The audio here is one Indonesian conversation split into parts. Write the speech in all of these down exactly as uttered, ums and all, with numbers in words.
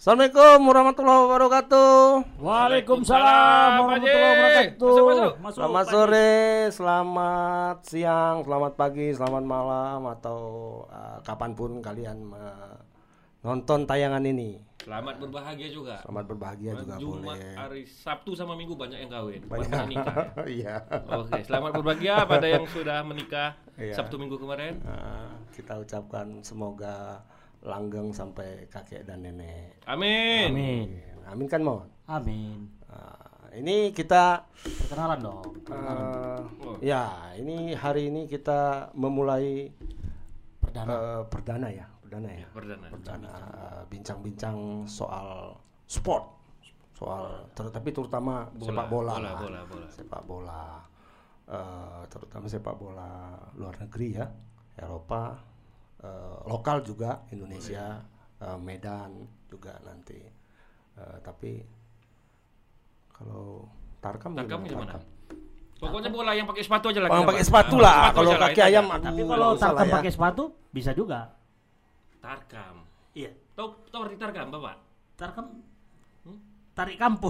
Assalamualaikum warahmatullahi wabarakatuh. Waalaikumsalam warahmatullahi wabarakatuh. Masuk, masuk. Masuk, Selamat Pak sore, selamat siang, selamat pagi, selamat malam atau uh, kapanpun kalian uh, nonton tayangan ini. Selamat berbahagia juga. Selamat berbahagia juga Jumat, boleh. hari Sabtu sama Minggu banyak yang kawin. Banyak. Banyak nikah. Iya. Oke, selamat berbahagia pada yang sudah menikah Iya. Sabtu Minggu kemarin. Uh, kita ucapkan semoga langgeng sampai kakek dan nenek. Amin. Amin. Amin kan mau. Amin. Uh, ini kita Perkenalan dong. uh, Oh. ya ini hari ini kita memulai Perdana. uh, perdana ya, perdana ya. Perdana. Perdana uh, bincang-bincang soal sport, soal ter- tapi terutama Bola, sepak bola, bola, lah. bola, bola. sepak bola, uh, terutama sepak bola luar negeri ya, Eropa, uh, lokal juga Indonesia, uh, Medan juga nanti. Uh, tapi kalau Tarkam Tarkam gimana? gimana? Pokoknya bola yang pakai sepatu aja lah. Oh, kita, pakai Pak. sepatu Ah, lah. sepatu Kalau aja lah, kaki itu aja. ayam, aduh, Tapi nggak kalau usah lah Tarkam ya. pakai sepatu bisa juga. Tarkam. Iya. Tahu tahu arti Tarkam, Bapak? Tarkam Hmm? tarik kampung.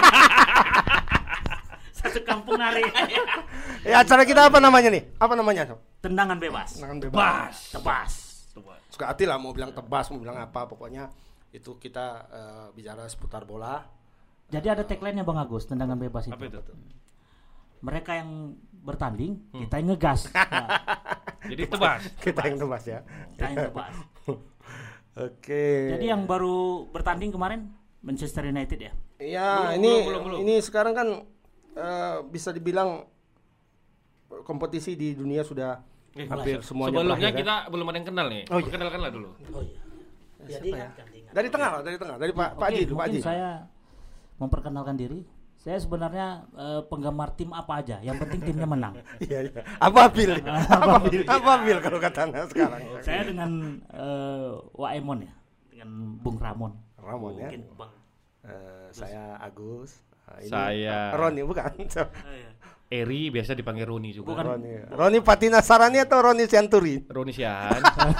Satu kampung nari. Ya acara kita apa namanya nih? Apa namanya? Sob? Tendangan bebas. Tendangan Bas. Tebas. Tebas. Suka hati lah mau bilang tebas, mau bilang apa, pokoknya itu kita uh, bicara seputar bola. Jadi ada tagline-nya Bang Agus, tendangan bebas itu. Apa itu? Mereka yang bertanding, Hmm. kita yang ngegas. Nah, Jadi tebas. Kita yang tebas ya. kita yang tebas. Oke. Jadi yang baru bertanding kemarin Manchester United ya. Iya, Belum, ini belum, belum, belum. ini sekarang kan uh, bisa dibilang kompetisi di dunia sudah Eh, hampir semuanya Sebelumnya berakhir, kita belum ada yang kenal nih. Oh, iya. Perkenalkanlah dulu. Oh iya. Siapa Jadi ya? ingatkan, diingatkan. Dari tengah lah, dari tengah, dari Pak Pak Oke, Haji, dulu, Pak mungkin Haji. saya memperkenalkan diri. Saya sebenarnya eh, penggemar tim apa aja, yang penting timnya menang. Iya, iya. Ababil. Ababil. Ababil kalau katanya sekarang. Saya dengan eh, Waemon ya, dengan Bung Ramon. Ramon ya. Mungkin Bang. Eh, saya Agus. Ah, ini Saya- Roni bukan. Oh, iya. Eri biasa dipanggil Roni juga. Bukan. Roni. Roni Patina Sarani atau Roni Sianturi? Roni Sian.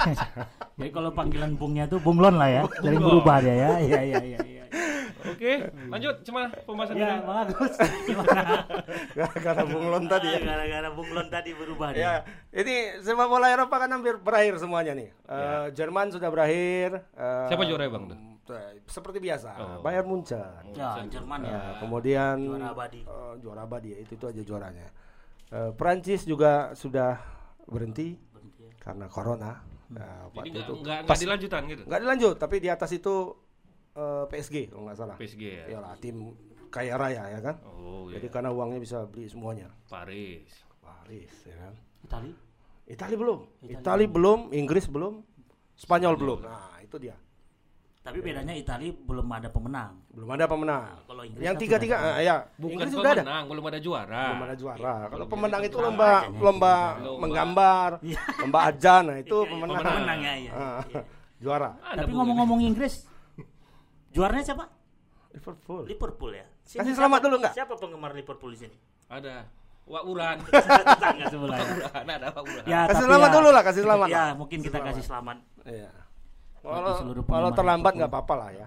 Jadi kalau panggilan Bungnya tuh Bunglon lah ya, dari berubah dia ya. Iya iya iya iya. Oke, lanjut cuma pembahasan Ya, kita. Bang Agus. Gimana? Gara-gara bunglon tadi ya. Gara-gara Bunglon tadi berubah dia. Ya, ini sepak bola Eropa kan hampir berakhir semuanya nih. Eh, Jerman sudah berakhir. eh, Siapa juara ya, Bang, tuh? eh, Seperti biasa, Oh. Bayern Munchen. Ya, Jerman ya. Ya, kemudian Juara abadi. eh, juara abadi ya, itu itu aja juaranya. Eh, Prancis juga sudah berhenti Berhenti ya. karena corona. Nah, Jadi waktu nggak itu nggak pas- nggak dilanjutan gitu. nggak dilanjut, tapi di atas itu eh, P S G kalau nggak salah. P S G ya. Iyalah tim kaya raya ya kan. Oh Jadi iya. karena uangnya bisa beli semuanya. Paris. Paris ya kan. Itali. Itali belum. Itali Itali belum, Inggris belum, Spanyol belum. Nah, itu dia. Tapi bedanya Itali belum ada pemenang. Belum ada pemenang. Kalau Inggris Yang kan tiga-tiga sudah ah, ya, Bukan Inggris sudah ada. pemenang, belum ada juara. Belum ada juara. Kalau Belum pemenang jadi itu pemenang. lomba lomba Lomba. menggambar, lomba ajan, nah itu Iya, iya, pemenang. pemenang ya, iya. Ah, Iya. Juara. Ada Tapi bukan? ngomong-ngomong Inggris, juaranya siapa? Liverpool. Liverpool ya. Sini Kasih siapa- selamat dulu nggak? Siapa penggemar Liverpool di sini? Ada. Wak Uran. Tetangga sebelah. Wak Uran ada Wak Uran. Ya, Kasih tapi selamat ya- dulu lah, kasih selamat Ya, lah. mungkin Kasih kita selamat. kasih selamat. Iya. Bagi Kalau seluruh kalau penggemar terlambat Liverpool. nggak apa-apa lah ya.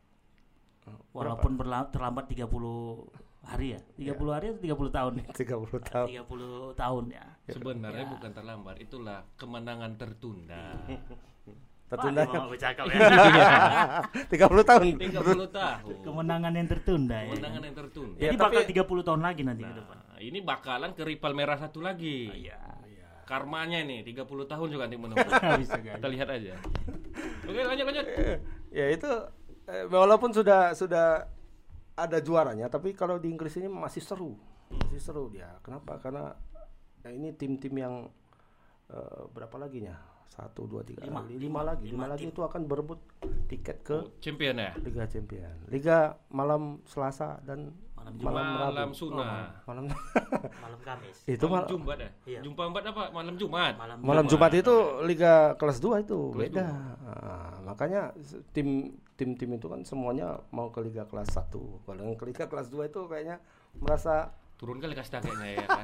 Walaupun berla- terlambat tiga puluh hari ya. tiga puluh hari atau tiga puluh tahun? tiga puluh tahun. tiga puluh tahun ya. Sebenarnya Ya. bukan terlambat, itulah kemenangan tertunda. Tertunda. Wah, dia mau bercakap ya. tiga puluh tahun. tiga puluh tahun. Kemenangan yang tertunda ya. Kemenangan yang tertunda. Ya, Jadi tapi- bakal tiga puluh tahun lagi nanti ke depan. Nah, ini bakalan ke rival merah satu lagi. Iya. Karmanya nih tiga puluh tahun juga nanti menunggu. Bisa kan. Kita lihat aja. Oke, lanjut lanjut. Ya itu eh, walaupun sudah sudah ada juaranya, tapi kalau di Inggris ini masih seru, masih seru dia. Kenapa? Karena ya ini tim-tim yang eh, berapa lagi nya? Satu, dua, tiga, Lima. lima, lima lagi, lima, Lima lagi tim. itu akan berebut tiket ke Oh, champion ya. Liga Champion, Liga malam Selasa dan Malam Jumat. malam Rabu. Malam Sunnah. Oh, malam Malam Kamis. itu Malam mal- Jumat ya? Iya. Jumpa empat apa? Malam Jumat. Malam, malam Jumat itu Liga kelas dua itu Kelas beda. Nah, makanya s- tim tim-tim itu kan semuanya mau ke Liga kelas satu. Kalau yang ke Liga kelas dua itu kayaknya merasa Turun kali kasta kayaknya ya kan.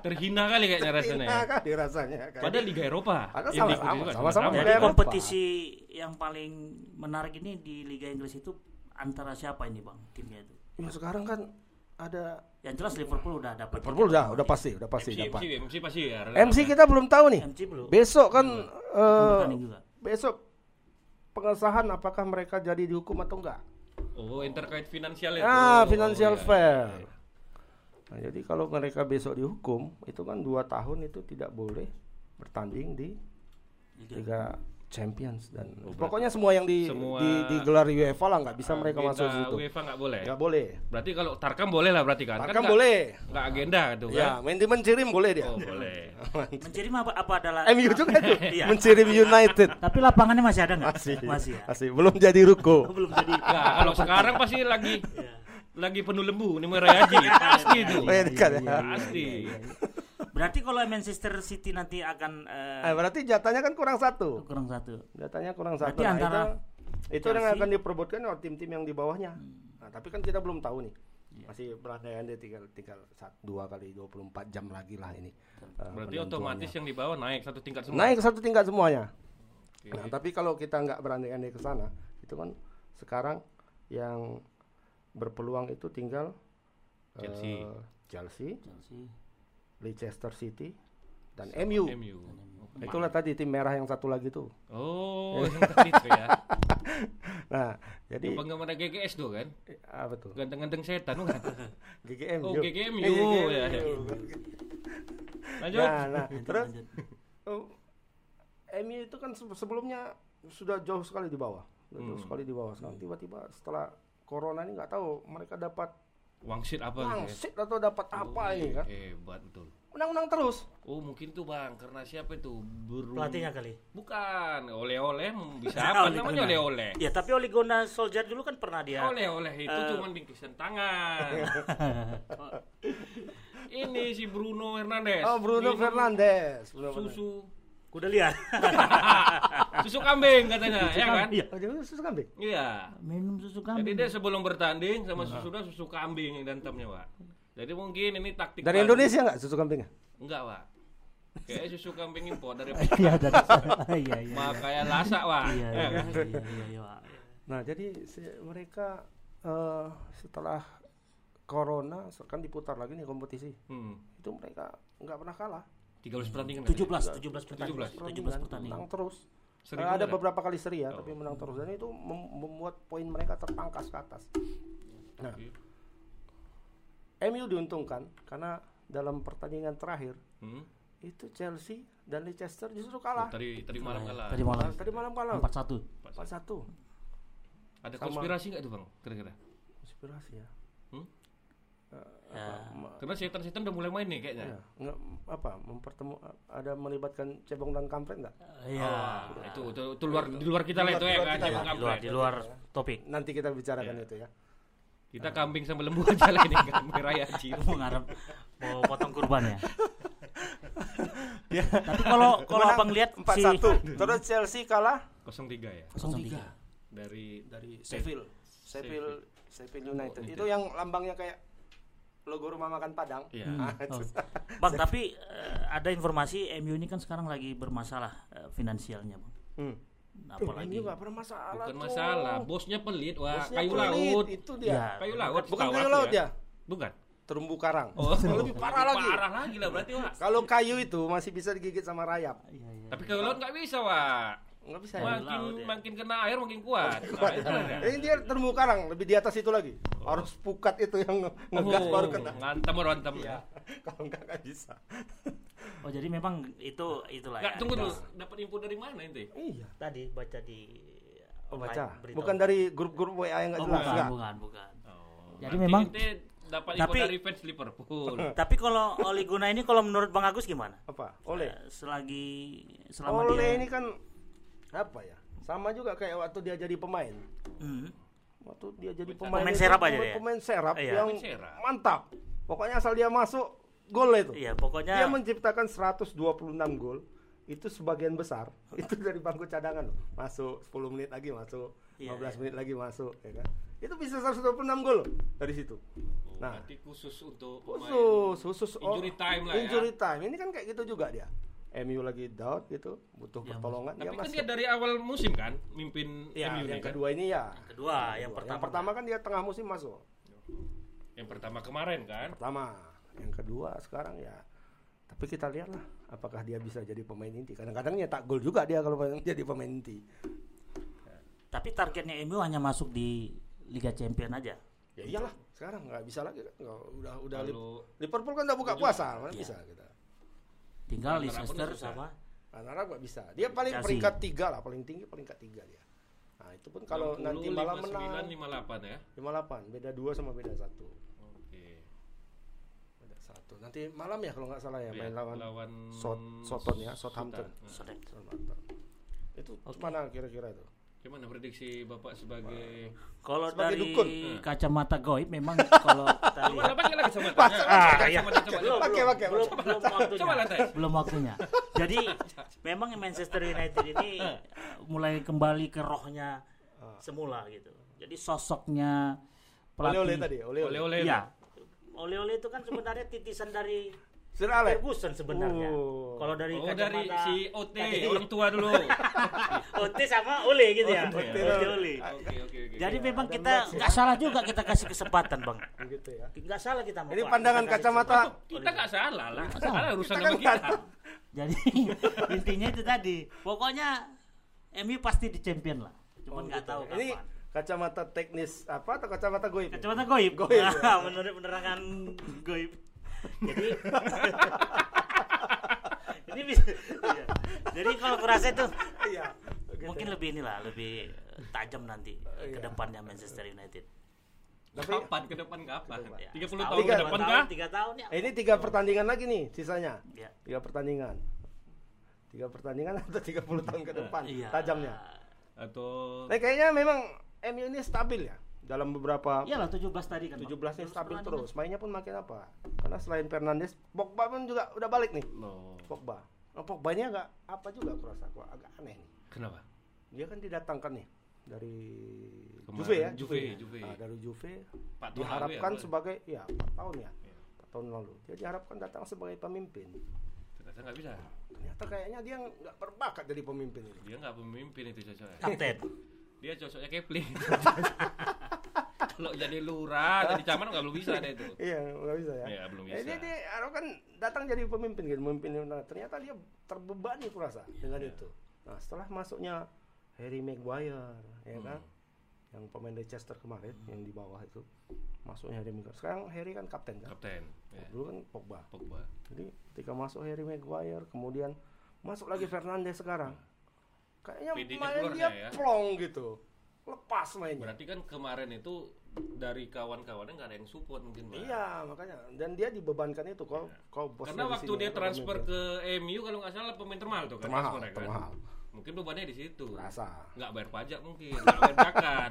Terhina kali kayaknya rasanya. Nah, Ya. kali rasanya. Kan. Padahal Liga Eropa. Padahal Yang sama- diikuti sama- juga sama-sama sama. Liga Jadi Eropa. kompetisi yang paling menarik ini di Liga Inggris itu antara siapa ini bang timnya itu? Ya, sekarang kan ada Yang jelas Liverpool udah dapat. Liverpool udah udah pasti, udah pasti M C, dapat. M C, M C pasti ya. M C kita belum tahu nih. M C belum. Besok kan Belum eh, bertanding juga. besok pengesahan apakah mereka jadi dihukum atau enggak. Oh, yang terkait finansial itu. Ah, financial Oh, iya, fair. iya, iya. Nah, jadi kalau mereka besok dihukum, itu kan dua tahun itu tidak boleh bertanding di Liga Champions dan Oh, berarti pokoknya semua yang di, semua- di digelar UEFA lah nggak bisa mereka Agenda masuk situ. UEFA nggak boleh. Nggak boleh. Berarti kalau Tarkam boleh lah berarti kan? Tarkam Kan nggak- boleh. Nggak agenda tuh kan? Ya, main di mencirim boleh dia. Oh, boleh. Menciri apa, apa adalah M U juga tuh, Iya. mencirim United. Tapi lapangannya masih ada nggak? Masih, Masih ya. masih belum jadi ruko. Belum jadi. Nggak, kalau sekarang pasti lagi Iya. lagi penuh lembu nih Murai Haji. Pasti itu. Oh, iya, dekat ya. Pasti. Berarti kalau Manchester City nanti akan eh, Eh, berarti jatahnya kan kurang satu. kurang satu. Jatahnya kurang satu. Berarti Nah, antara itu, itu yang Chelsea- akan diperebutkan oleh tim-tim yang di bawahnya. Nah, tapi kan kita belum tahu nih. Masih berandai-andai tinggal tinggal satu dua kali dua puluh empat jam lagi lah ini. eh, Berarti penentuannya. otomatis yang di bawah naik satu tingkat semua. Naik satu tingkat semuanya. Oke. Nah, tapi kalau kita nggak berandai-andai ke sana, itu kan sekarang yang berpeluang itu tinggal eh, Chelsea. Chelsea, Chelsea. Leicester City, dan M U. M U. Itulah tadi tim merah yang satu lagi tuh. Oh, yang tadi itu ya. Nah, jadi Yang penggemar G G S tuh kan? eh, apa tuh? Ganteng-ganteng setan bukan? G G M U. Oh, G G M U, Eh, G G M U. ya, ya. Lanjut. Nah, nah, Lanjut, terus lanjut. oh, M U itu kan se- sebelumnya sudah jauh sekali di bawah, sudah jauh Hmm. sekali di bawah. Sekarang tiba-tiba setelah corona ini nggak tahu mereka dapat Wangsit apa gitu ya? wangsit atau dapat apa Oh, ini kan? Hebat betul. Menang-menang terus. Oh mungkin tuh bang, karena siapa itu? Buru... Pelatihnya kali. Bukan, oleh-oleh bisa apa Ole namanya Gunnar. oleh-oleh? Ya, tapi Ole Gunnar Solskjaer dulu kan pernah dia. Oleh-oleh itu Eh. cuma bingkisan tangan. Ini si Bruno Fernandes. Oh, Bruno Minum Fernandes. Bruno Fernandes. Susu, Kuda liar. susu kambing katanya, ya kan? Iya. Oh, dia susu kambing. Iya. Minum susu Jadi kambing. dia sebelum bertanding sama susunya susu kambing yang dantemnya, Pak. Jadi mungkin ini taktik Dari baru. Indonesia nggak susu kambingnya? Enggak, Pak. Kayak susu kambing impor dari Iya, dari sana. Iya, iya. Makanya lasak, Pak. Iya, Ya iya, kan? iya, iya, iya, Pak. Nah, jadi si- mereka eh, setelah corona kan diputar lagi nih kompetisi. Hmm. Itu mereka nggak pernah kalah. tiga belas pertandingan. tujuh belas, tujuh belas pertandingan. tujuh belas. tujuh belas pertandingan. Menang terus. Seri Eh, ada bener ya? beberapa kali seri ya, Oh. tapi menang terus dan itu mem- membuat poin mereka terpangkas ke atas. Nah, Oke. M U diuntungkan karena dalam pertandingan terakhir Hmm. itu Chelsea dan Leicester justru Oh, kalah. tadi tadi malam kalah. Tadi malam. Tadi malam kalah. empat satu. empat satu. Ada Sama. konspirasi nggak tuh, Bang? Kira-kira? Konspirasi ya. Hmm? Ya. Ma- Karena setan-setan udah mulai main nih kayaknya. ya, nggak apa mempertemu ada melibatkan cebong dan kampret nggak? Iya. Oh, itu, itu itu luar di luar kita lah Di itu luar- ya di luar kan. kita Cebong ya. Di luar, kampret. di luar topik. Nanti kita bicarakan Iya. itu ya. Kita kambing sama lembu aja lah ini kan raya Haji. Mengharap mau potong kurban ya. Tapi kalau kalau Menang abang lihat empat si satu. Terus Chelsea kalah nol tiga ya. nol tiga. Dari dari Sheffield. Sheffield Sheffield United. Itu yang lambangnya kayak logo rumah makan Padang. Iya. Hmm. Ah, itu. Oh. Bang, tapi eh, ada informasi M U ini kan sekarang lagi bermasalah eh, finansialnya, Bang. Hmm. Apalagi Ini nggak pernah masalah. Bukan tuh. masalah, bosnya pelit, wah Bosnya kayu pelit, laut. Itu dia. Ya. Kayu laut. Bukan setahu kayu aku laut ya. Bukan. Terumbu karang. Oh, lebih parah lagi. Parah lagi lah berarti, Wak. Kalau kayu itu masih bisa digigit sama rayap. Iya, iya. Tapi kayu laut nggak bisa, Wak. Nggak bisa ya. Wah. Makin laut, ya. makin kena air makin kuat. Nah, itu ada. Ini dia terumbu karang, lebih di atas itu lagi. Harus pukat itu yang nge- ngegas Oh, baru kena. ngantem baru ngantem. Iya. Kalau enggak nggak bisa. Oh, jadi memang itu itulah Enggak, ya. tunggu dulu. Dapat info dari mana ente? Iya. Tadi baca di Oh, online baca. berita. Bukan dari grup-grup W A yang nggak Oh, jelas. bukan, Nggak. bukan, bukan. Oh, Jadi berarti memang- ente dapat info Tapi- dari fans Liverpool. Tapi kalau Ole Gunnar ini kalau menurut Bang Agus gimana? Apa? Oleh. Eh, Selagi selama Oleh dia ini kan apa ya? Sama juga kayak waktu dia jadi pemain. Hmm. Waktu dia jadi Pemain pemain, itu, serap aja pemain, dia? pemain serap Iya. yang Pemain serap. mantap. Pokoknya asal dia masuk gol itu. Iya, pokoknya Dia menciptakan seratus dua puluh enam gol itu sebagian besar itu dari bangku cadangan loh. Masuk sepuluh menit lagi masuk, Iya, lima belas iya. menit lagi masuk, ya kan? Itu bisa seratus dua puluh enam gol loh dari situ. Oh, Nah, berarti khusus untuk pemain khusus khusus injury time lah ya. injury time. Ini kan kayak gitu juga dia. M U lagi down gitu, butuh Ya, pertolongan, Tapi dia kan masuk. dia dari awal musim kan mimpin Ya, M U yang ini kan. kedua ini ya. Kedua, yang pertama. Yang pertama kan dia tengah musim masuk. Yang pertama kemarin kan. Pertama, yang kedua sekarang ya. Tapi kita lihatlah apakah dia bisa jadi pemain inti. Kadang-kadang nyetak gol juga dia kalau jadi pemain inti. Tapi targetnya M U hanya masuk di Liga Champions aja. Ya iyalah, sekarang nggak bisa lagi kan. Nggak, udah udah Lip- Lalu Liverpool kan udah buka puasa, mana Iya. bisa kita. Tinggal Antara Leicester pun susah. sama Antara nggak bisa. Dia paling Chelsea. peringkat tiga lah, paling tinggi peringkat tiga dia. Nah itu pun kalau enam puluh, nanti malam lima puluh sembilan, menang lima puluh delapan ya. lima puluh delapan, beda dua sama beda satu. Oke. Beda satu. Nanti malam ya kalau nggak salah ya, Iya, main lawan, lawan Sot- Soton ya, Southampton. Southampton. Southampton. Itu mana kira-kira itu? Gimana prediksi Bapak sebagai kalau Sebagai dari dukun. kacamata goib memang kalau kita Coba lihat lah pakai lagi sama Ah, iya. Coba coba. belum, Pakai, belum, pakai, belum, pakai. belum waktunya. Coba lah, Tes. Belum waktunya. Jadi memang Manchester United ini mulai kembali ke rohnya semula gitu. Jadi sosoknya pelatih. Ole-ole tadi, ole-ole. Oleh-oleh. Iya. Ole-ole itu kan sebenarnya titisan dari Sir Alex. Ferguson sebenarnya. Oh. Kalau dari Oh dari kacamata si O T, tadi. orang tua dulu. O T sama Ole gitu ya. O T. O T Ole. Oke oke oke. Jadi Iya, memang ada kita match ya. nggak salah juga kita kasih kesempatan bang. Gitu ya. Nggak salah kita. Ini Pak. pandangan Kita kasih kacamata. Kita nggak salah lah. Nggak salah. Salah urusan Kita sama kan kita. nggak- Jadi intinya itu tadi. Pokoknya M U pasti di champion lah. Oh, Cuman nggak gitu. tahu Ini kapan. kacamata teknis apa atau kacamata goib? Kacamata goib. Goib, ya. Nah, menurut penerangan goib. Jadi ini bisa. Iya. Jadi kalau kurasa itu Iya. Gitu. mungkin lebih inilah, lebih eh, tajam nanti eh, ke Iya. depannya Manchester United. Tapi Kapan ke depan kapan? Ya, tiga puluh setahun, tahun ke Tiga depan tahun, kah? Tiga tahun ya. ini tiga pertandingan lagi nih sisanya. Ya. Tiga pertandingan. Tiga pertandingan atau tiga puluh tahun ke depan Iya. tajamnya. Atau Nah, kayaknya memang M U ini stabil ya dalam beberapa Iyalah tujuh belas tadi kan. Bang. tujuh belas ini stabil pertandingan. terus. Mainnya pun makin apa? Karena selain Fernandes, Pogba pun juga udah balik nih. no. Pogba. Nah, Pogba-nya agak apa juga aku rasa aku agak aneh nih. Kenapa? Dia kan didatangkan nih dari Kemarin, Juve ya, Juve, Juve. Nah, dari Juve Empat tahun lalu diharapkan ya, sebagai ya empat tahun ya, Iya. empat tahun lalu. Dia diharapkan datang sebagai pemimpin. Ternyata nggak bisa. Ternyata kayaknya dia nggak berbakat jadi pemimpin ini. Dia nggak pemimpin itu cocoknya. Kapten. Dia cocoknya Kepling. Kalau jadi lurah, jadi camat nggak belum bisa deh itu. Iya, nggak bisa ya. Iya, belum Eh, dia bisa. diharapkan datang jadi pemimpin gitu, pemimpin. Nah, ternyata dia terbebani kurasa dengan Iya. itu. Nah, setelah masuknya Harry Maguire, ya kan, Hmm. yang pemain Leicester kemarin yang di bawah itu, masuknya Harry Maguire. Sekarang Harry kan kapten kan. Kapten. Ya. Dulu kan Pogba. Pogba. Jadi ketika masuk Harry Maguire, kemudian masuk lagi Fernandes sekarang, kayaknya Pedenya main keluar dia ya. plong gitu, lepas mainnya. Berarti kan kemarin itu dari kawan-kawannya nggak ada yang support mungkin, Pak. Iya, makanya. Dan dia dibebankan itu kau kau bosnya Karena di waktu sini, dia kau transfer pemimpin. ke M U kalau nggak salah pemain termahal tuh kan. termahal, transfernya kan. termahal. Mungkin bebannya di situ. Rasa. Nggak bayar pajak mungkin, nggak bayar zakat.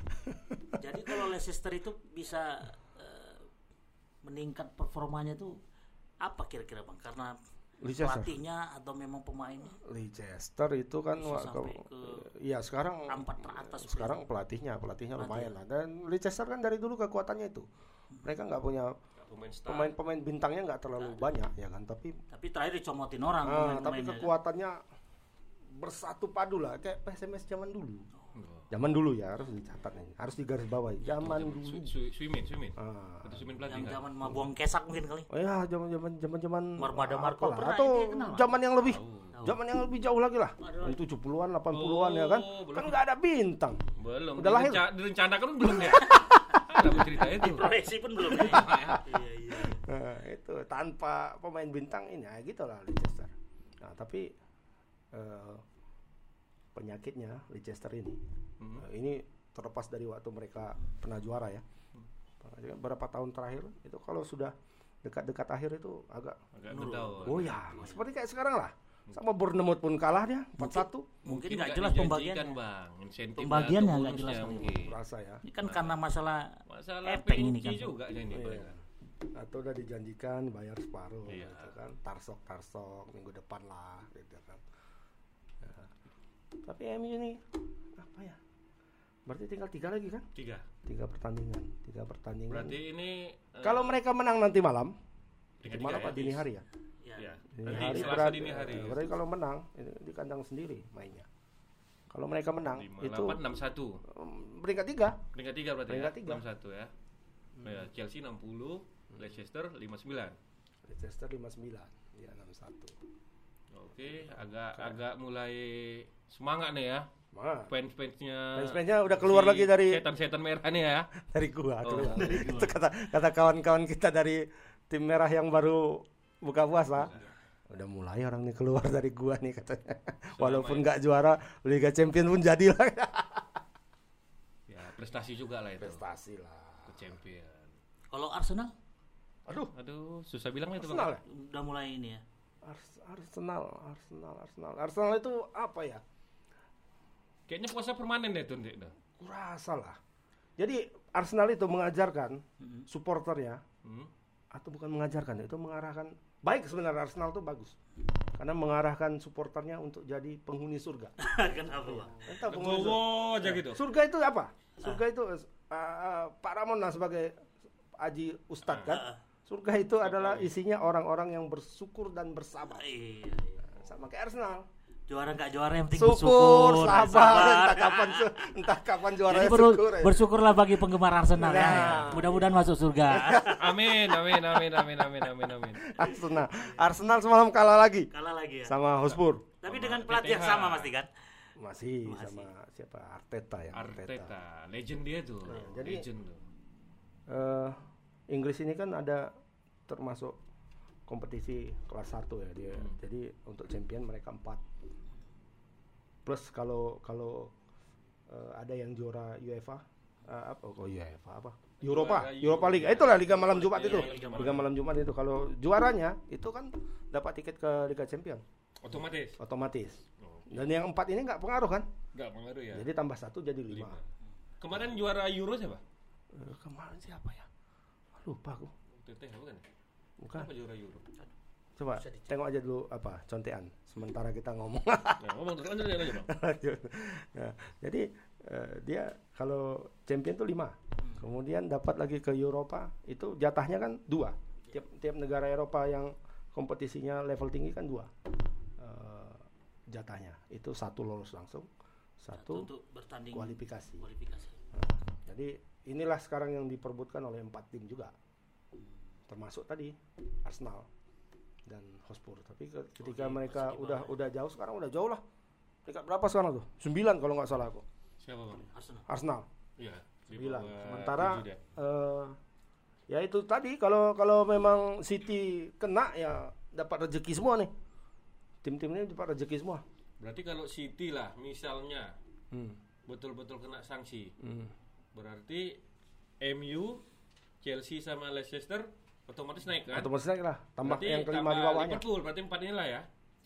Jadi kalau Leicester itu bisa eh, meningkat performanya tuh apa kira-kira bang? Karena Leicester. pelatihnya atau memang pemainnya? Leicester itu kan Bisa wah, sampai kau- ke iya sekarang empat teratas. sekarang pelatihnya pelatihnya Pelatih. lumayan lah. Dan Leicester kan dari dulu kekuatannya itu. Mereka nggak punya Nggak pemain star. pemain-pemain bintangnya nggak terlalu banyak ya kan, tapi Tapi terakhir dicomotin orang ah, tapi pemain-pemainnya. kekuatannya bersatu padu lah kayak P S M S zaman dulu. Oh. Zaman dulu ya harus dicatat nih, harus digarisbawahi. Zaman dulu. Su- su- Suimin, Suimin. Ah. Itu Suimin pelatih yang kan? zaman mau buang kesak mungkin kali. Oh ya, zaman-zaman zaman-zaman Marmada Marco apalah, pernah atau itu kenal, Mas? zaman yang lebih Tahu. zaman yang lebih jauh lagi lah. Aduh. tujuh puluhan, delapan puluhan ya kan. Oh, belum. Kan nggak ada bintang. Belum. Udah lahir. Direnca- direncanakan pun belum ya. Ada cerita itu. Proyeksi pun belum. Ya? Iya iya. Nah, itu tanpa pemain bintang ini ya gitulah Leicester. Nah, tapi eh, penyakitnya Leicester ini Hmm. eh, ini terlepas dari waktu mereka pernah juara ya. Beberapa tahun terakhir itu kalau sudah dekat-dekat akhir itu agak Agak ngedown. oh ya, seperti kayak sekarang lah. Sama Bournemouth pun kalah dia empat satu. Mungkin nggak nggak jelas dijanjikan, pembagiannya. Bang. Insentif Pembagiannya atau nggak jelas, bonusnya Bang. mungkin. Rasa ya. Ini kan karena masalah Masalah Epeng ini P N G kan. juga ini. Iya. Pak. Atau udah dijanjikan bayar separuh Iya. gitu kan. Tarsok-tarsok minggu depan lah gitu kan. Ya. Tapi M U ini apa ya? Berarti tinggal tiga lagi kan? Tiga. Tiga pertandingan, tiga pertandingan. Berarti ini eh, Kalau mereka menang nanti malam, tiga-tiga nanti malam ya? apa dini hari ya? Ya. Iya. Dini Nanti hari Selasa berarti, dini hari. eh, berarti kalau menang ini di kandang sendiri mainnya. Kalau mereka menang lima itu delapan enam satu. um, peringkat tiga. Peringkat tiga berarti Peringkat ya. tiga. enam satu ya. Ya, Chelsea enam puluh, Leicester lima puluh sembilan. Leicester lima puluh sembilan, ya enam puluh satu. Oke, agak agak mulai semangat nih ya. Wah, Fans-fansnya. fans-fansnya udah keluar lagi dari setan-setan merah nih ya. dari gua Oh, keluar. dari gua. Itu kata kata kawan-kawan kita dari tim merah yang baru buka puasa. Udah mulai orang nih keluar dari gua nih katanya. Walaupun nggak juara Liga Champions pun jadi lah. Ya, prestasi juga lah itu. Prestasi lah. Ke champion. Kalau Arsenal Aduh, Aduh, susah bilang itu Arsenal Bang. ya? udah mulai ini ya. Ars- Arsenal, Arsenal, Arsenal. Arsenal itu apa ya? Kayaknya puasa permanen deh tuh, Dek. dah. Kurasa lah. Jadi Arsenal itu mengajarkan supporternya, Hmm. atau bukan mengajarkan, itu mengarahkan. Baik sebenarnya Arsenal itu bagus. Karena mengarahkan supporternya untuk jadi penghuni surga. Kenapa, Bang? Entah penghuni surga. Legowo aja gitu. Surga itu apa? Surga itu uh, uh, Pak Ramon lah sebagai Aji Ustadz kan. Surga itu adalah isinya orang-orang yang bersyukur dan bersabar. Iya, iya. Sama kayak Arsenal. Juara nggak juara yang penting Syukur, bersyukur, sabar, entah kapan su- entah kapan juaranya Jadi ber- syukur. Ya. bersyukurlah bagi penggemar Arsenal ya. Nah. Mudah-mudahan masuk surga. Amin, amin, amin, amin, amin, amin, amin. Arsenal, Arsenal semalam kalah lagi Kalah lagi ya. sama Hotspur. Tapi Sama dengan pelatih yang T T H. sama pasti kan? Masih, Masih. sama siapa? Arteta ya. Arteta, legend dia tuh. Nah, jadi- legend tuh. Eh, Inggris ini kan ada termasuk kompetisi kelas satu ya dia. Hmm. Jadi untuk champion mereka empat. Plus kalau kalau eh, ada yang juara UEFA eh, apa oh UEFA apa? Europa, Juara Europa Euro- League. Eh, itulah Liga Malam Jumat Iya, itu. iya, Liga Malam. Liga Malam Jumat itu kalau juaranya itu kan dapat tiket ke Liga Champion Otomatis. otomatis. Oh, Dan yang empat ini nggak pengaruh kan? enggak pengaruh ya. Jadi tambah satu jadi lima. Lima. Kemarin juara Euro siapa? Eh, kemarin siapa ya? Lupa aku. T T H bukan? Bukan. Siapa juara Euro? Coba tengok aja dulu apa contean sementara kita ngomong. Nah, ngomong terus lanjut aja, Bang. Nah, jadi eh, dia kalau champion tuh lima, kemudian dapat lagi ke Eropa itu jatahnya kan dua. Tiap tiap negara Eropa yang kompetisinya level tinggi kan dua eh, jatahnya. Itu satu lolos langsung, satu Untuk bertanding kualifikasi. kualifikasi. Nah, jadi inilah sekarang yang diperbutkan oleh empat tim juga, termasuk tadi Arsenal dan Hotspur. Tapi ke- ketika Oke, mereka masih di udah bawah udah jauh sekarang udah jauh lah. Peringkat berapa sekarang tuh? Sembilan kalau nggak salah aku. Siapa, Bang? Arsenal. Arsenal Iya, di sembilan. bawah Sementara tujuh dia. eh, ya itu tadi kalau kalau memang City kena ya dapat rezeki semua nih. Tim-tim ini dapat rezeki semua. Berarti kalau City lah misalnya Hmm. betul-betul kena sanksi, Hmm. berarti M U, Chelsea sama Leicester otomatis naik kan? Otomatis naik lah. Tambah Berarti yang kelima tambah di bawahnya. Liverpool, berarti empat inilah ya.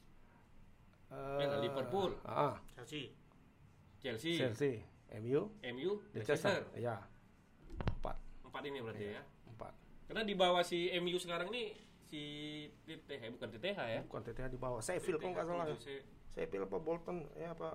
Eh, Ya, Liverpool. Ah, Chelsea. Chelsea, Chelsea, M U, M U, Leicester. Leicester. Ya. Empat, Empat ini berarti ya. empat. Karena di bawah si M U sekarang nih si T T H bukan T T H ya. Bukan T T H di bawah. Sheffield kalau nggak salah. ya. tujuh, se- Sheffield apa Bolton ya apa.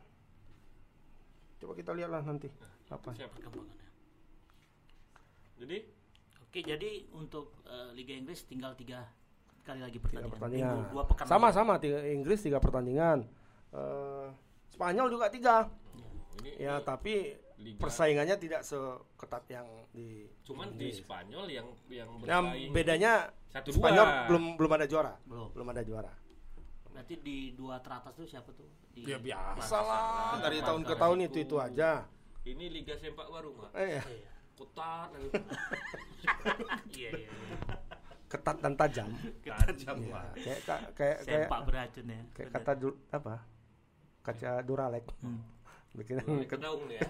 Coba kita lihat lah nanti. Apa? Siapa? Perkembangannya. Jadi Oke, jadi untuk eh, Liga Inggris tinggal tiga kali lagi Tiga pertandingan. pertandingan. Minggu, dua pekan lagi. Sama-sama tiga, Inggris tiga pertandingan. Eh, Spanyol juga tiga. ini, Ya, ini tapi Liga- persaingannya tidak seketat yang di cuman di Spanyol yang yang Nah, bersaing bedanya satu Spanyol dua. belum belum ada juara. Belum. Belum ada juara. Berarti di dua teratas tuh siapa tuh? Di Ya biasa Barca, lah, dari Barca, tahun ke Barca tahun itu. itu itu aja. Ini Liga Sepak Baru, Mak. Eh, Iya. Ketat. Iya, iya. iya. ketat dan tajam. Tajam, Ya, Mak. kayak ka- kayak kayak Sempak beracun ya. kayak Bener. kata du- apa? Kaca Duralek. Hmm. Bikinan Ini ke- kedaung nih ya.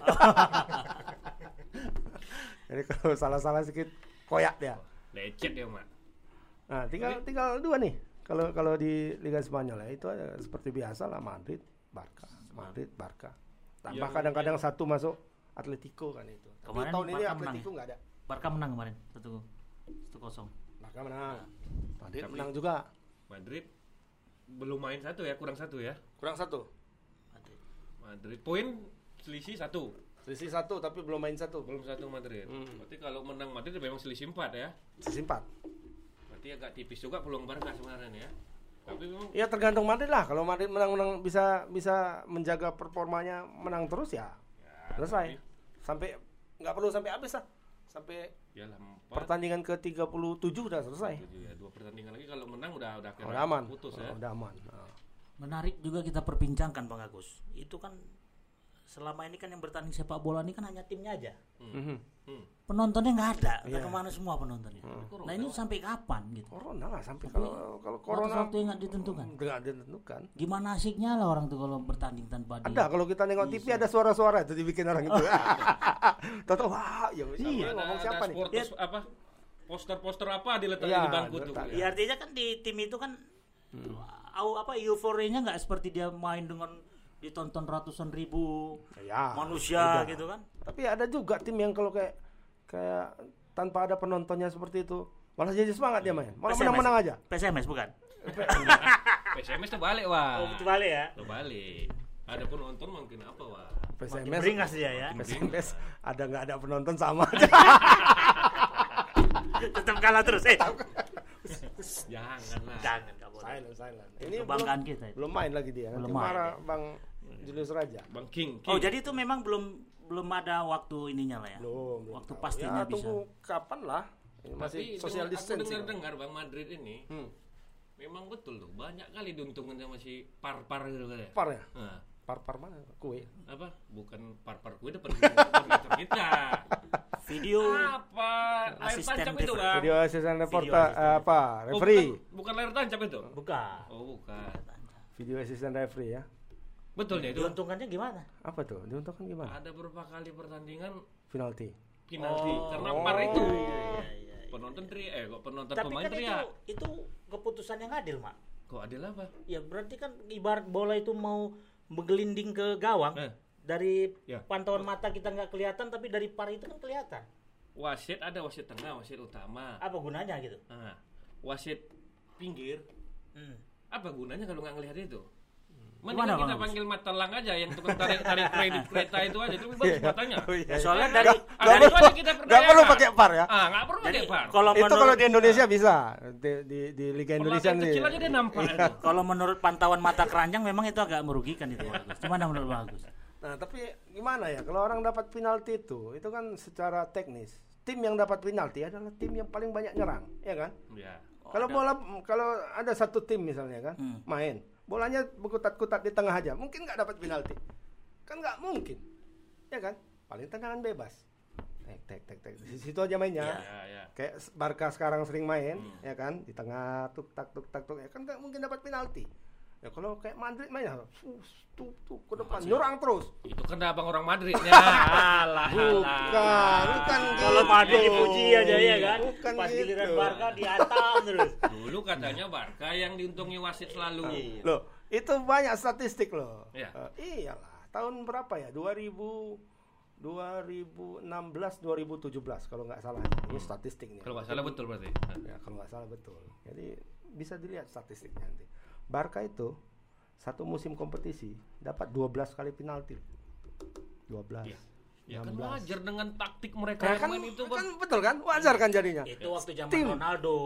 jadi kalau salah-salah sedikit koyak dia. Lecet dia, Mak. Nah, tinggal tinggal dua nih. Kalau kalau di Liga Spanyol ya itu ada seperti biasa lah Madrid, Barca, Madrid, Barca. Tambah Yang- kadang-kadang satu masuk Atletico kan itu. Tapi Kemarin tahun ini Barca menang Atletico ya? nggak ada. Barca menang kemarin satu. satu kosong. Barca menang. Madrid Tapi- menang juga. Madrid belum main satu ya, kurang satu ya. Kurang satu. Madrid. Madrid poin selisih satu. Selisih satu tapi belum main satu. Belum satu Madrid. Hmm. Berarti kalau menang Madrid memang selisih empat ya. Selisih empat. Berarti agak tipis juga peluang Barca sebenarnya ya. Tapi memang Ya tergantung Madrid lah. Kalau Madrid menang-menang bisa bisa menjaga performanya menang terus ya. ya, Selesai. Sampai nggak perlu sampai habis lah. Sampai ya lah empat. pertandingan ke tiga puluh tujuh udah selesai. Tujuh ya, dua pertandingan lagi kalau menang udah udah kira Udah aman. putus Oh, ya. udah aman. Nah. Menarik juga kita perbincangkan Bang Agus. Itu kan selama ini kan yang bertanding sepak bola ini kan hanya timnya aja. Mhm. Hmm. Penontonnya nggak ada. Udah Iya. kemana semua penontonnya? Nah ini sampai kapan gitu? Corona lah sampai kalau kalau corona Waktu yang nggak ditentukan. nggak ditentukan. Gimana asiknya lah orang tuh kalau bertanding tanpa di. Ada kalau kita nengok T V ada suara-suara itu dibikin orang itu. Tahu-tahu wah, ya Sama iya ada, ngomong ada siapa nih? sportus apa? Poster-poster apa diletakkan Iya, di bangku tuh. diletak. Ya artinya kan di tim itu kan au apa euforianya nggak seperti dia main dengan ditonton ratusan ribu Ya, manusia beda. gitu kan. Tapi ada juga tim yang kalau kayak kayak tanpa ada penontonnya seperti itu malah jadi semangat dia main. Malah P S M S. menang-menang aja. P S M S bukan? P S M S tuh balik wah. Oh betul balik ya. Tuh balik. Ada penonton mungkin apa wah. P S M Makin S beringas dia ya. P S M S ada nggak ada penonton sama aja. Tetap kalah terus. Eh, Janganlah. jangan nggak boleh. silent, silent. Ini kebanggaan kita. itu. Belum main lagi dia. Nanti Belum main, marah ya. Bang Julius Raja. Bang King. Oh King. jadi itu memang belum belum ada waktu ininya lah ya. Belum, belum Waktu tahu. pastinya ya, bisa. tunggu kapan lah. Ini masih Tapi social dengar- distancing. Aku dengar-dengar Bang Madrid ini Hmm. memang betul tuh banyak kali diuntungkan sama si par-par gitu kan ya. Par ya? Nah, Par-par mana? Kue. apa? Bukan par-par kue depan monitor kita. Video Apa? Layar Asisten tancap itu, refer- Bang. Video asisten reporter asisten. eh, apa? Oh, Referee. bukan, bukan layar tancap itu. buka. Oh, bukan. Video asisten referee ya. Betul ya itu. Diuntungkannya gimana? Apa tuh? Diuntungkan gimana? Ada beberapa kali pertandingan Penalti. penalti Oh. karena par itu. Iya, iya, iya. Penonton teriak, eh kok penonton Tapi pemain kan itu teriak. itu keputusan yang adil, Mak. Kok adil apa? Ya berarti kan ibarat bola itu mau menggelinding ke gawang Eh. dari Ya. pantauan mata kita nggak kelihatan tapi dari par itu kan kelihatan. Wasit ada wasit tengah, wasit utama. Apa gunanya gitu? Nah, wasit pinggir. Hmm. Apa gunanya kalau nggak ngelihat itu? Gimana, Mendingan kita Bang? panggil matelang aja yang tukang tarik tarik kredit kereta itu aja itu bagus matanya. Oh, iya. Soalnya Kan? dari Ah, Nggak dari perlu, itu aja kita nggak perdayakan. perlu pakai par ya. Ah, nggak perlu jadi pakai par. kalau Itu kalau menurut di Indonesia bisa. Di di, di Liga Indonesia Pemain nih. kecil aja dia nampak itu. kalau menurut pantauan mata keranjang memang itu agak merugikan itu bagus. Gimana menurut Bagus? Nah, tapi gimana ya kalau orang dapat penalti itu, itu kan secara teknis. Tim yang dapat penalti adalah tim yang paling banyak nyerang, ya kan? Ya. Kalau bola kalau ada satu tim misalnya kan, Hmm. main, bolanya berkutat-kutat di tengah aja, mungkin nggak dapat penalti. Kan nggak mungkin. Ya kan? Paling tendangan bebas. Tek tek tek tek. Di situ aja mainnya. Ya. Ya, ya. Kayak Barca sekarang sering main, Hmm. ya kan? Di tengah tuk tak tuk tak tuk, ya kan nggak mungkin dapat penalti. Ya kalau kayak Madrid mainnya tuh tuh ke depan nyerang terus. Itu kan abang orang Madridnya. Alah, Bukan, bukan Kalau gitu. Madrid dipuji aja ya kan. Bukan Pas gitu. giliran Barca dihantam terus. Dulu katanya Barca yang diuntungi wasit selalu. Loh, itu banyak statistik loh. Iya. Eh, iyalah, tahun berapa ya? dua ribu dua ribu enam belas dua ribu tujuh belas kalau nggak salah. Ini statistiknya. Kalau nggak salah betul berarti. Ya, kalau nggak salah betul. Jadi bisa dilihat statistiknya nanti. Barca itu satu musim kompetisi dapat dua belas kali penalti. dua belas. Iya. Ya kan enam belas. wajar dengan taktik mereka Ya yang kan, main itu kan Bang. betul kan? Wajar kan jadinya? Itu waktu zaman Tim. Ronaldo.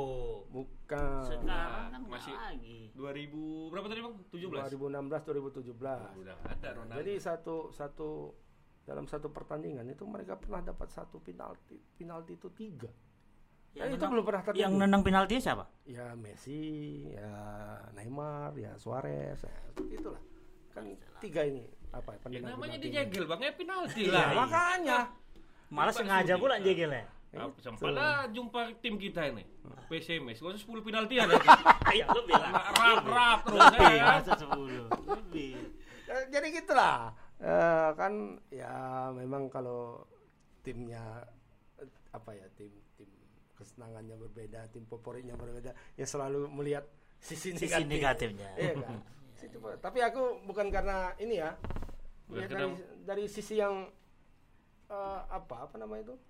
Bukan. Sekarang kan Masih- masih lagi. dua ribu berapa tadi Bang? tujuh belas. dua ribu enam belas dua ribu tujuh belas. Udah ada Ronaldo. Jadi satu satu dalam satu pertandingan itu mereka pernah dapat satu penalti. Penalti itu tiga. Yang Eh, itu nendang- belum pernah terjadi. Yang nendang penalti siapa? Ya Messi, ya Neymar, ya Suarez, ya seperti itulah. Kan tiga ini apa Ya, penendang namanya penalti. dijegel Bang, ya penalti Iya, lah. makanya. Malah Bukan sengaja sudi. pula jegelnya. Ah, sempat lah jumpa tim kita ini. P S M S, gua sepuluh penalti ada. Ayo lu bilang. Rap-rap terus Lebih, ya. masa sepuluh. Lebih. Ya, jadi gitulah. Eh, kan ya memang kalau timnya eh, apa ya tim tim kesenangannya berbeda, tim favoritnya berbeda, ya selalu melihat sisi Sisi negatif. negatifnya. Iya kan? Situ, Pak. Tapi aku bukan karena ini ya. Bukan Ya, karena- dari, dari sisi yang eh, apa apa nama itu?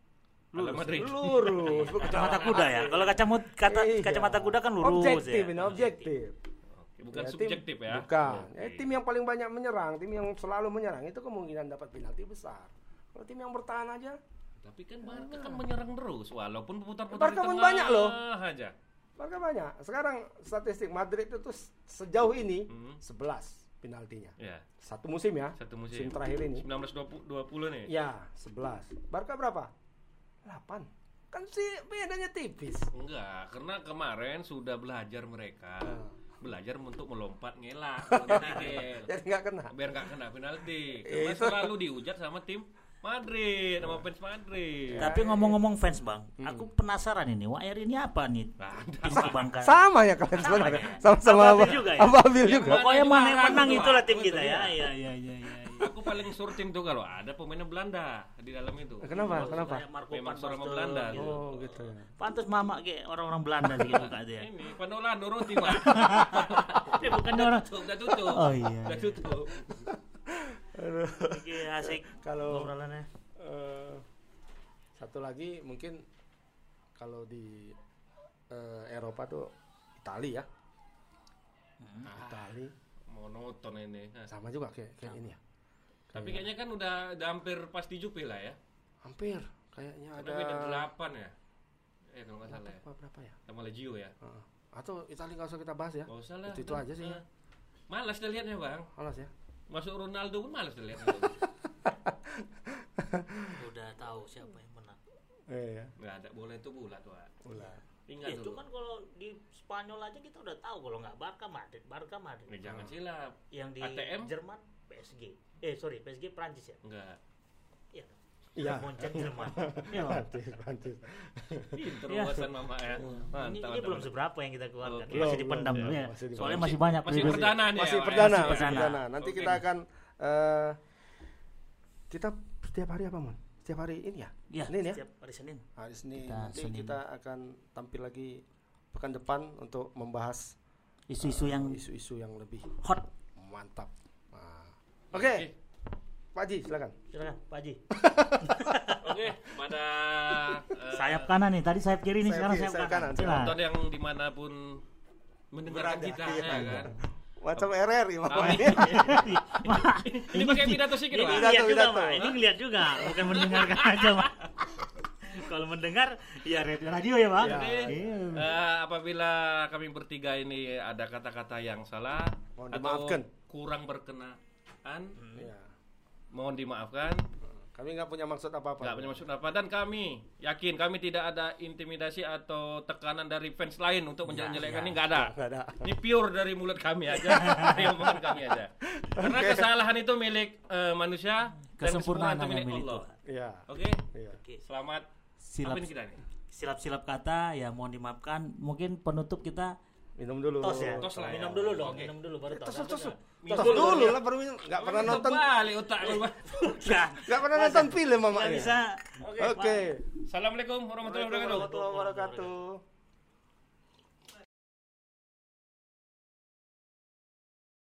Real Madrid. Lurus. Kacamata kuda ya. Kalau kacamata kata Iya. kacamata kuda kan lurus Objektif ya. ini, objektif. Oke, bukan Ya, tim- subjektif ya. Bukan. Oke. Eh, tim yang paling banyak menyerang, tim yang selalu menyerang itu kemungkinan dapat penalti besar. Kalau tim yang bertahan aja, Tapi kan Barca kan menyerang terus walaupun putar-putar Barca di pun tengah banyak loh. aja. Barca banyak. Sekarang statistik Madrid itu s- sejauh ini Hmm. sebelas penaltinya. Ya, Satu musim ya. satu musim. terakhir ini. sembilan belas dua puluh nih. Ya, sebelas. Barca berapa? delapan. Kan sih bedanya tipis. Enggak, karena kemarin sudah belajar mereka. Ah. Belajar untuk melompat ngelak kalau di Tegel. Jadi nggak kena. Biar nggak kena penalti. Eh, Karena itu- selalu dihujat sama tim Madrid, sama fans Madrid. Tapi ngomong-ngomong fans bang, Hmm. aku penasaran ini. Wair ini apa nih? Ada. Tim kebanggaan. Sama ya kalian sebenarnya. Sama-sama Ababil apa? juga ya? Ababil Yang juga. mana Pokoknya juga mana yang ragu menang tuh, itulah Pak. tim kita Betul, ya. ya. Iya iya iya iya. Aku paling sur tim tuh kalau ada pemainnya Belanda di dalam itu. Kenapa? Kenapa? Kayak Marco Memang Van sama Basten Belanda. gitu. Oh, gitu ya. Pantas mama kayak orang-orang Belanda sih gitu kak dia. Ini Panola Roti mah. Dia bukan orang. Tutup, udah tutup. Oh iya. Udah tutup. Oke asik. Kalau Ngobrolannya. eh, satu lagi mungkin kalau di eh, Eropa tuh Italia ya. Italia Monoton ini. Nah, sama juga kayak kayak ini ya. tapi kayaknya kan udah, udah hampir pasti Jupe lah ya. Hampir kayaknya ada Ada beda delapan ya. Eh kalau nggak salah ya. apa berapa ya? Sama Lazio ya. Heeh. Atau Italia nggak usah kita bahas ya. Nggak usah lah. Itu, itu Udah. aja sih. Nah, malas dah lihatnya bang. Alas ya. Masuk Ronaldo pun malas dah lihatnya. Udah tahu siapa yang menang. Iya. Nggak ada bola itu bulat Pak. Ulah. Ingat Ya, itu dulu. kan kalau di Spanyol aja kita udah tahu kalau nggak Barca Madrid, Barca Madrid. Eh, jangan silap. Yang di A T M? Jerman P S G. Eh sorry, P S G Prancis ya. Enggak. Iya. Iya. Monchen Jerman. Iya. Bang. Prancis, Prancis. Pinter Ya. buatan mama ya. Ini, Mantap. ini mantap, belum mantap. seberapa yang kita keluarkan. Oke. Masih Belum, dipendam belum, dulu ya. masih dipendam. Soalnya masih banyak Masih preview. perdana nih. Masih ya, Pak, ya? perdana, Masih masih perdana. perdana. Nanti Oke. kita akan eh kita setiap hari apa, Mon? Setiap hari ini ya? Iya, Senin ya? setiap hari Senin. Hari Senin. Kita Nanti Senin. kita akan tampil lagi pekan depan untuk membahas Isu-isu eh, yang isu-isu yang lebih hot. mantap. Nah. Oke, Pak Haji silakan. Silakan, Pak Haji. Oke, pada eh, Sayap kanan nih, tadi sayap kiri nih, Sayap sekarang kiri, sayap sayap kanan. kanan. Silakan. penonton yang dimanapun mendengarkan Berada, kita iya. ya kan. Macam R R I Kami- makanya. Ini pakai pidato sedikit Ini Pak. lihat juga, Pidato, Pak. pidato. Ini lihat juga, bukan mendengarkan aja, Pak. Kalau mendengar, ya radio, radio ya, Pak. Ya. Jadi Iya. eh, apabila kami bertiga ini ada kata-kata yang salah Mohon atau dimaafkan. kurang berkenaan, Iya. mohon dimaafkan. Kami nggak punya maksud apa-apa. Nggak punya maksud apa, dan kami yakin kami tidak ada intimidasi atau tekanan dari fans lain untuk menjelek-jelekkan ya. ini, nggak ada. Nggak ada. Ini pure dari mulut kami aja, dari omongan kami aja. Karena Oke. kesalahan itu milik eh, manusia dan Kesempurnaan kesempurnaan itu hanya milik milik Allah. Tuhan. Iya. Oke, Iya. Oke. selamat. Silap, Apa ini kita nih? silap-silap kata, ya mohon dimaafkan. Mungkin penutup kita Minum dulu. tos ya. Tos lah ya. Minum dulu dong, Oke. minum dulu baru tos. Tos, tos, tos. Minum Tos dulu, dulu ya. lah baru minum. Nggak pernah nonton. Balik otak lu, Bang. Bukan. Nggak pernah nonton film Nggak mamanya. bisa. Oke. Assalamualaikum warahmatullahi wabarakatuh. Warahmatullahi wabarakatuh.